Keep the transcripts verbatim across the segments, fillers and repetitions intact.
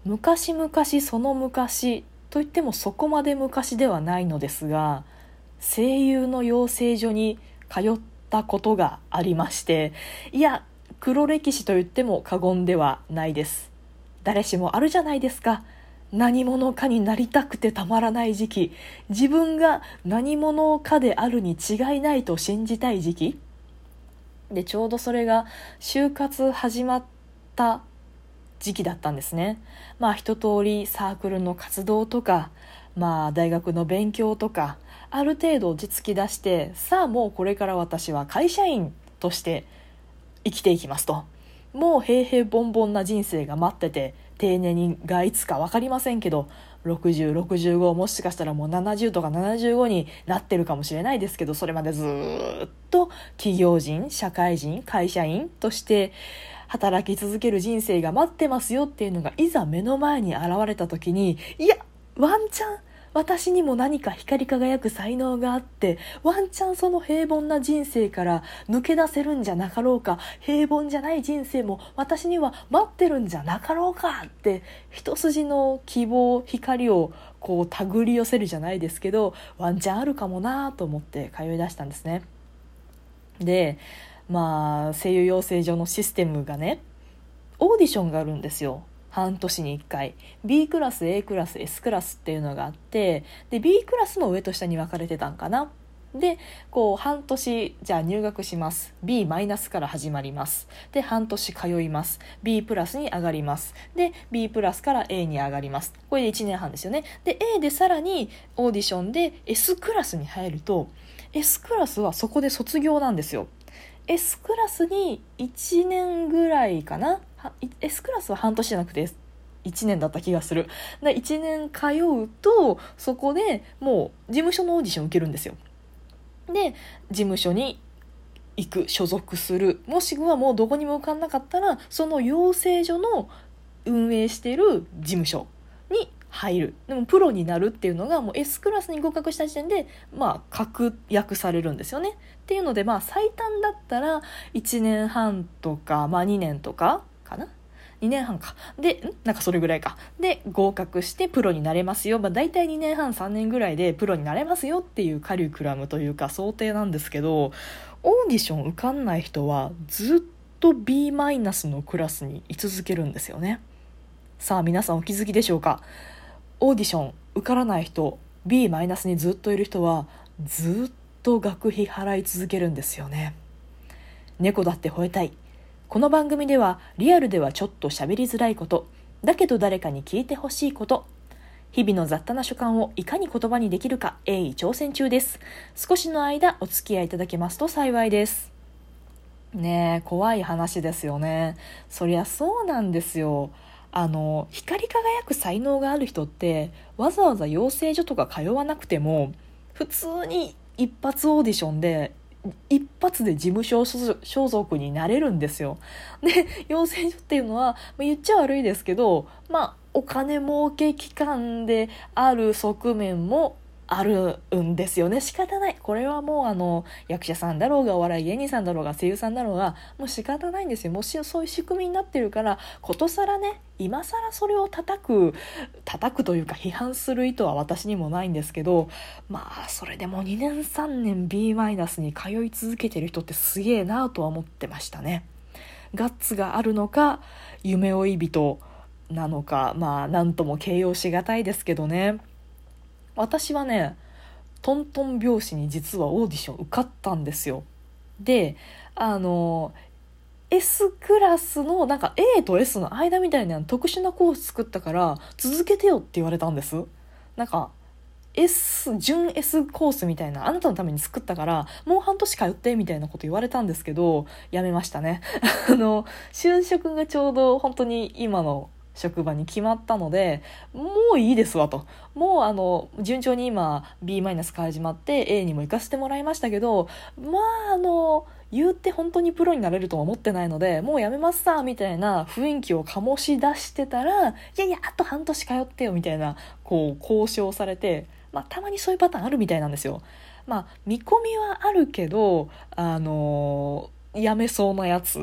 昔々その昔といってもそこまで昔ではないのですが、声優の養成所に通ったことがありまして、いや黒歴史と言っても過言ではないです。誰しもあるじゃないですか。何者かになりたくてたまらない時期、自分が何者かであるに違いないと信じたい時期で、ちょうどそれが就活始まった時期だったんですね。まあ一通りサークルの活動とか、まあ大学の勉強とかある程度落ち着き出して、さあもうこれから私は会社員として生きていきますと、もう平々凡々な人生が待ってて、定年がいつか分かりませんけど、ろくじゅう、ろくじゅうご、もしかしたらもうななじゅうとかななじゅうごになってるかもしれないですけど、それまでずっと企業人、社会人、会社員として働き続ける人生が待ってますよっていうのがいざ目の前に現れた時に、いやワンチャン私にも何か光り輝く才能があって、ワンチャンその平凡な人生から抜け出せるんじゃなかろうか、平凡じゃない人生も私には待ってるんじゃなかろうかって、一筋の希望、光をこう手繰り寄せるじゃないですけど、ワンチャンあるかもなと思って通い出したんですね。で、まあ声優養成所のシステムがね、オーディションがあるんですよ。半年にいっかい B クラス、 A クラス、 S クラスっていうのがあって、で B クラスも上と下に分かれてたんかな。でこう半年じゃあ入学します。 B マイナスから始まります。で半年通います。 B プラスに上がります。で B プラスから A に上がります。これでいちねんはんですよね。で A でさらにオーディションで S クラスに入ると、 S クラスはそこで卒業なんですよ。 S クラスにいちねんぐらいかな。 S クラスは半年じゃなくていちねんだった気がする。でいちねん通うと、そこでもう事務所のオーディションを受けるんですよ。で事務所に行く、所属する、もしくはもうどこにも受かんなかったらその養成所の運営している事務所に入る。でもプロになるっていうのがもう S クラスに合格した時点でまあ確約されるんですよね。っていうので、まあ最短だったらいちねんはんとか、まあにねんとかかな、にねんはんかで、んなんかそれぐらいかで合格してプロになれますよ。まあ大体にねんはんさんねんぐらいでプロになれますよっていうカリキュラムというか想定なんですけど、オーディション受かんない人はずっと B マイナスのクラスに居続けるんですよね。さあ皆さんお気づきでしょうか。オーディション受からない人、 B マイナスにずっといる人はずっと学費払い続けるんですよね。猫だって吠えたい。この番組ではリアルではちょっと喋りづらいこと、だけど誰かに聞いてほしいこと、日々の雑多な所感をいかに言葉にできるか鋭意挑戦中です。少しの間お付き合いいただけますと幸いです。ねえ、怖い話ですよね。そりゃそうなんですよ。あの光り輝く才能がある人ってわざわざ養成所とか通わなくても普通に一発オーディションで一発で事務所所属になれるんですよ。で養成所っていうのは言っちゃ悪いですけど、まあお金儲け機関である側面もあるんですよね。仕方ない。これはもうあの役者さんだろうがお笑い芸人さんだろうが声優さんだろうがもう仕方ないんですよ。もしそういう仕組みになってるから、ことさらね、今さらそれを叩く叩くというか批判する意図は私にもないんですけど、まあそれでもにねんさんねん B マイナスに通い続けてる人ってすげえなとは思ってましたね。ガッツがあるのか夢追い人なのか、まあ何とも形容しがたいですけどね。私はねトントン拍子に実はオーディション受かったんですよ。であの S クラスのなんか A と S の間みたいな特殊なコース作ったから続けてよって言われたんです。なんか S 準 S コースみたいな、あなたのために作ったからもう半年通ってみたいなこと言われたんですけど、やめましたね。あの就職がちょうど本当に今の職場に決まったので、もういいですわと。もうあの順調に今 B マイナス始まって A にも行かせてもらいましたけど、まああの言って本当にプロになれるとは思ってないので、もうやめますさみたいな雰囲気を醸し出してたら、いやいやあと半年通ってよみたいなこう交渉されて、まあたまにそういうパターンあるみたいなんですよ。まあ見込みはあるけど、あのやめそうなやつ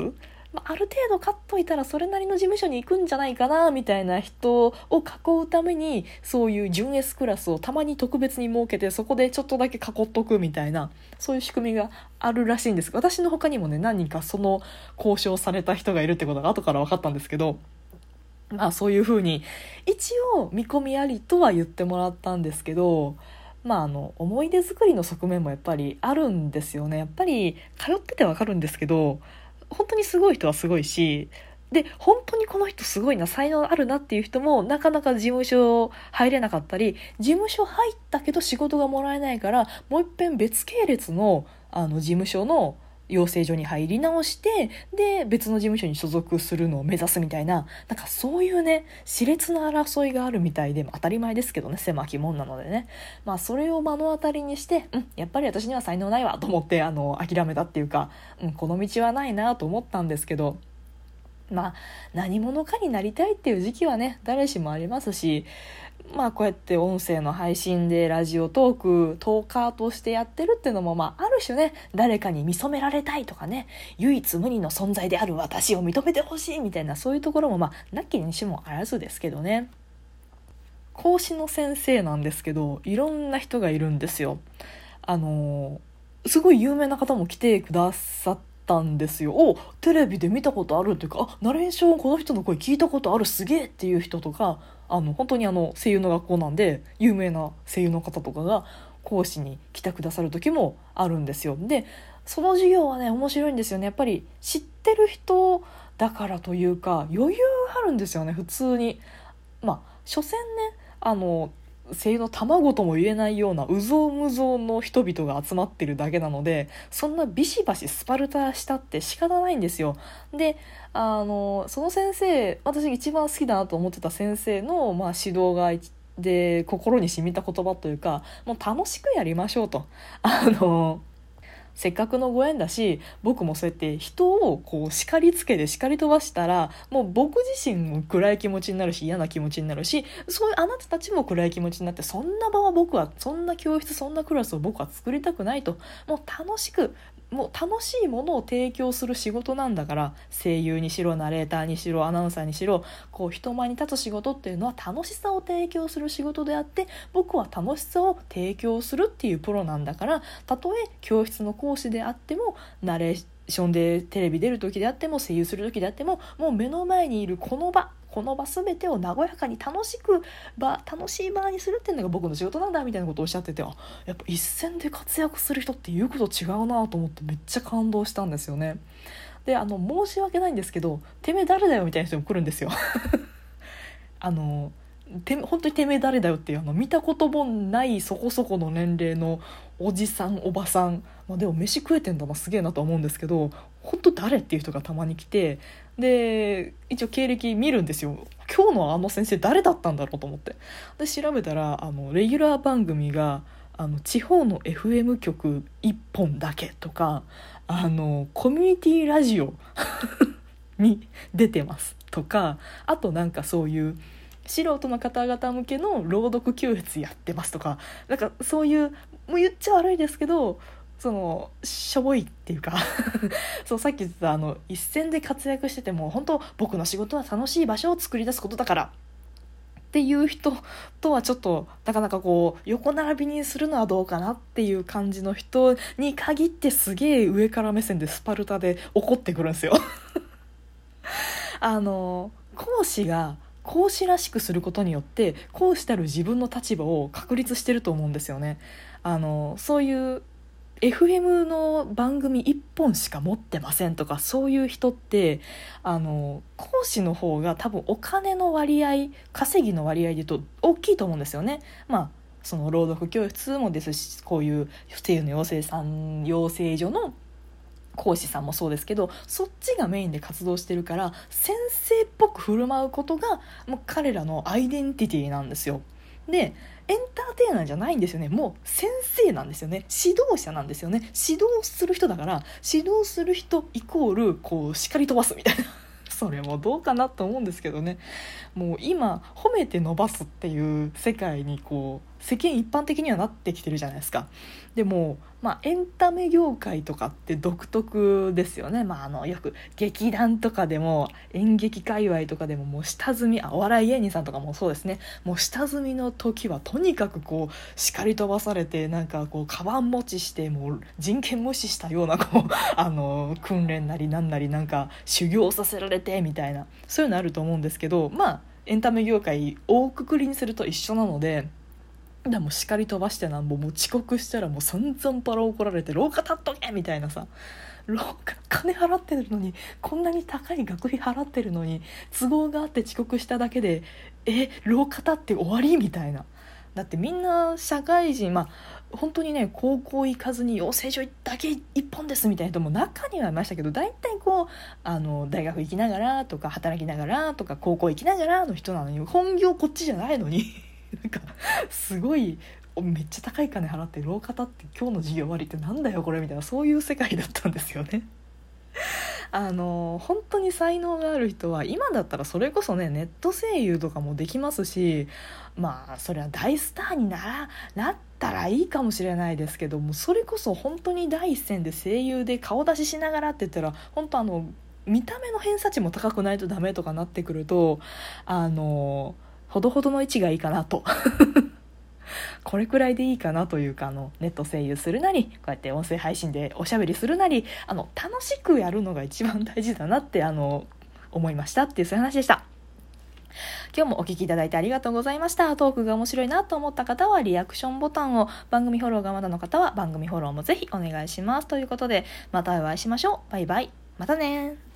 まあ、ある程度勝っといたらそれなりの事務所に行くんじゃないかなみたいな人を囲うために、そういう準 S クラスをたまに特別に設けて、そこでちょっとだけ囲っとくみたいな、そういう仕組みがあるらしいんです。私の他にもね、何人かその交渉された人がいるってことが後から分かったんですけど、まあそういうふうに一応見込みありとは言ってもらったんですけど、まああの思い出作りの側面もやっぱりあるんですよね。やっぱり通っててわかるんですけど、本当にすごい人はすごいし、で本当にこの人すごいな、才能あるなっていう人もなかなか事務所入れなかったり、事務所入ったけど仕事がもらえないからもう一遍別系列のあの事務所の養成所に入り直して、で別の事務所に所属するのを目指すみたいな、なんかそういうね熾烈な争いがあるみたいで、当たり前ですけどね、狭き門なのでね、まあそれを目の当たりにして、うん、やっぱり私には才能ないわと思ってあの諦めたっていうか、うん、この道はないなと思ったんですけど、まあ何者かになりたいっていう時期はね誰しもありますし、まあこうやって音声の配信でラジオトークトーカーとしてやってるっていうのも、まあある種ね誰かに見初められたいとかね、唯一無二の存在である私を認めてほしいみたいな、そういうところもまあなきにしもあらずですけどね。講師の先生なんですけど、いろんな人がいるんですよ。あのすごい有名な方も来てくださったんですよ。お、テレビで見たことあるっていうか、あ、ナレーションこの人の声聞いたことある、すげえっていう人とか、あの本当にあの声優の学校なんで有名な声優の方とかが講師に来てくださる時もあるんですよ。でその授業はね面白いんですよね。やっぱり知ってる人だからというか余裕あるんですよね、普通に。まあ所詮ね、あの声優の卵とも言えないような有象無象の人々が集まってるだけなので、そんなビシバシスパルタしたって仕方ないんですよ。であのその先生、私一番好きだなと思ってた先生の、まあ、指導がで心に染みた言葉というか、もう楽しくやりましょうと。あのせっかくのご縁だし、僕もそうやって人をこう叱りつけて叱り飛ばしたら、もう僕自身も暗い気持ちになるし嫌な気持ちになるし、そういうあなたたちも暗い気持ちになって、そんな場は僕は、そんな教室そんなクラスを僕は作りたくないと。もう楽しく、もう楽しいものを提供する仕事なんだから、声優にしろナレーターにしろアナウンサーにしろ、こう人前に立つ仕事っていうのは楽しさを提供する仕事であって、僕は楽しさを提供するっていうプロなんだから、たとえ教室の講師であってもナレーションでテレビ出る時であっても声優する時であっても、もう目の前にいるこの場この場全てを和やかに楽しく場楽しい場にするっていうのが僕の仕事なんだみたいなことをおっしゃってて、あ、やっぱ一線で活躍する人って言うこと違うなと思ってめっちゃ感動したんですよね。であの申し訳ないんですけど、てめえ誰だよみたいな人も来るんですよ。あのて本当にてめえ誰だよっていう、あの見たこともないそこそこの年齢のおじさんおばさん、まあ、でも飯食えてんだなすげえなと思うんですけど、本当誰っていう人がたまに来て、で一応経歴見るんですよ。今日のあの先生誰だったんだろうと思って、で調べたらあのレギュラー番組があの地方の エフエム 局いっぽんだけとか、あのコミュニティラジオに出てますとか、あとなんかそういう素人の方々向けの朗読教室やってますとか、なんかそういう、もう言っちゃ悪いですけど、そのしょぼいっていうかそうさっき言ってたあの一線で活躍してても本当僕の仕事は楽しい場所を作り出すことだからっていう人とはちょっとなかなかこう横並びにするのはどうかなっていう感じの人に限って、すげえ上から目線でスパルタで怒ってくるんですよ。あの講師が講師らしくすることによって講師たる自分の立場を確立してると思うんですよね。あのそういう エフエム の番組いっぽんしか持ってませんとか、そういう人ってあの講師の方が多分お金の割合、稼ぎの割合で言うと大きいと思うんですよね。まあその朗読教室もですし、こういう声優の養成さん養成所の講師さんもそうですけど、そっちがメインで活動してるから、先生っぽく振る舞うことがもう彼らのアイデンティティなんですよ。でエンターテイナーじゃないんですよね。もう先生なんですよね。指導者なんですよね。指導する人だから、指導する人イコールこう叱り飛ばすみたいなそれもどうかなと思うんですけどね。もう今褒めて伸ばすっていう世界にこう世間一般的にはなってきてるじゃないですか。でも、まあ、エンタメ業界とかって独特ですよね。まあ、あのよく劇団とかでも演劇界隈とかでももう下積み、あお笑い芸人さんとかもそうですね、もう下積みの時はとにかくこう叱り飛ばされて、なんかこうカバン持ちしてもう人権無視したようなこうあの訓練なりなんなりなんか修行させられてみたいな、そういうのあると思うんですけど、まあエンタメ業界大くくりにすると一緒なので、でも叱り飛ばしてなんぼ、もう遅刻したらもう散々パラ怒られて廊下立っとけみたいなさ、廊下金払ってるのに、こんなに高い学費払ってるのに都合があって遅刻しただけでえ廊下立って終わりみたいな。だってみんな社会人、まあ本当にね高校行かずに養成所だけ一本ですみたいな人も中にはいましたけど、大体こうあの大学行きながらとか働きながらとか高校行きながらの人なのに、本業こっちじゃないのになんかすごいめっちゃ高い金払って廊下立って今日の授業終わりってなんだよこれみたいな、そういう世界だったんですよね。あの本当に才能がある人は今だったらそれこそねネット声優とかもできますし、まあそれは大スターにならなったらいいかもしれないですけども、それこそ本当に第一線で声優で顔出ししながらって言ったら本当あの見た目の偏差値も高くないとダメとかなってくると、あのほどほどの位置がいいかなとこれくらいでいいかなというか、あのネット声優するなりこうやって音声配信でおしゃべりするなり、あの楽しくやるのが一番大事だなってあの思いましたっていう、そういう話でした。今日もお聞きいただいてありがとうございました。トークが面白いなと思った方はリアクションボタンを、番組フォローがまだの方は番組フォローもぜひお願いしますということで、またお会いしましょう。バイバイ。またね。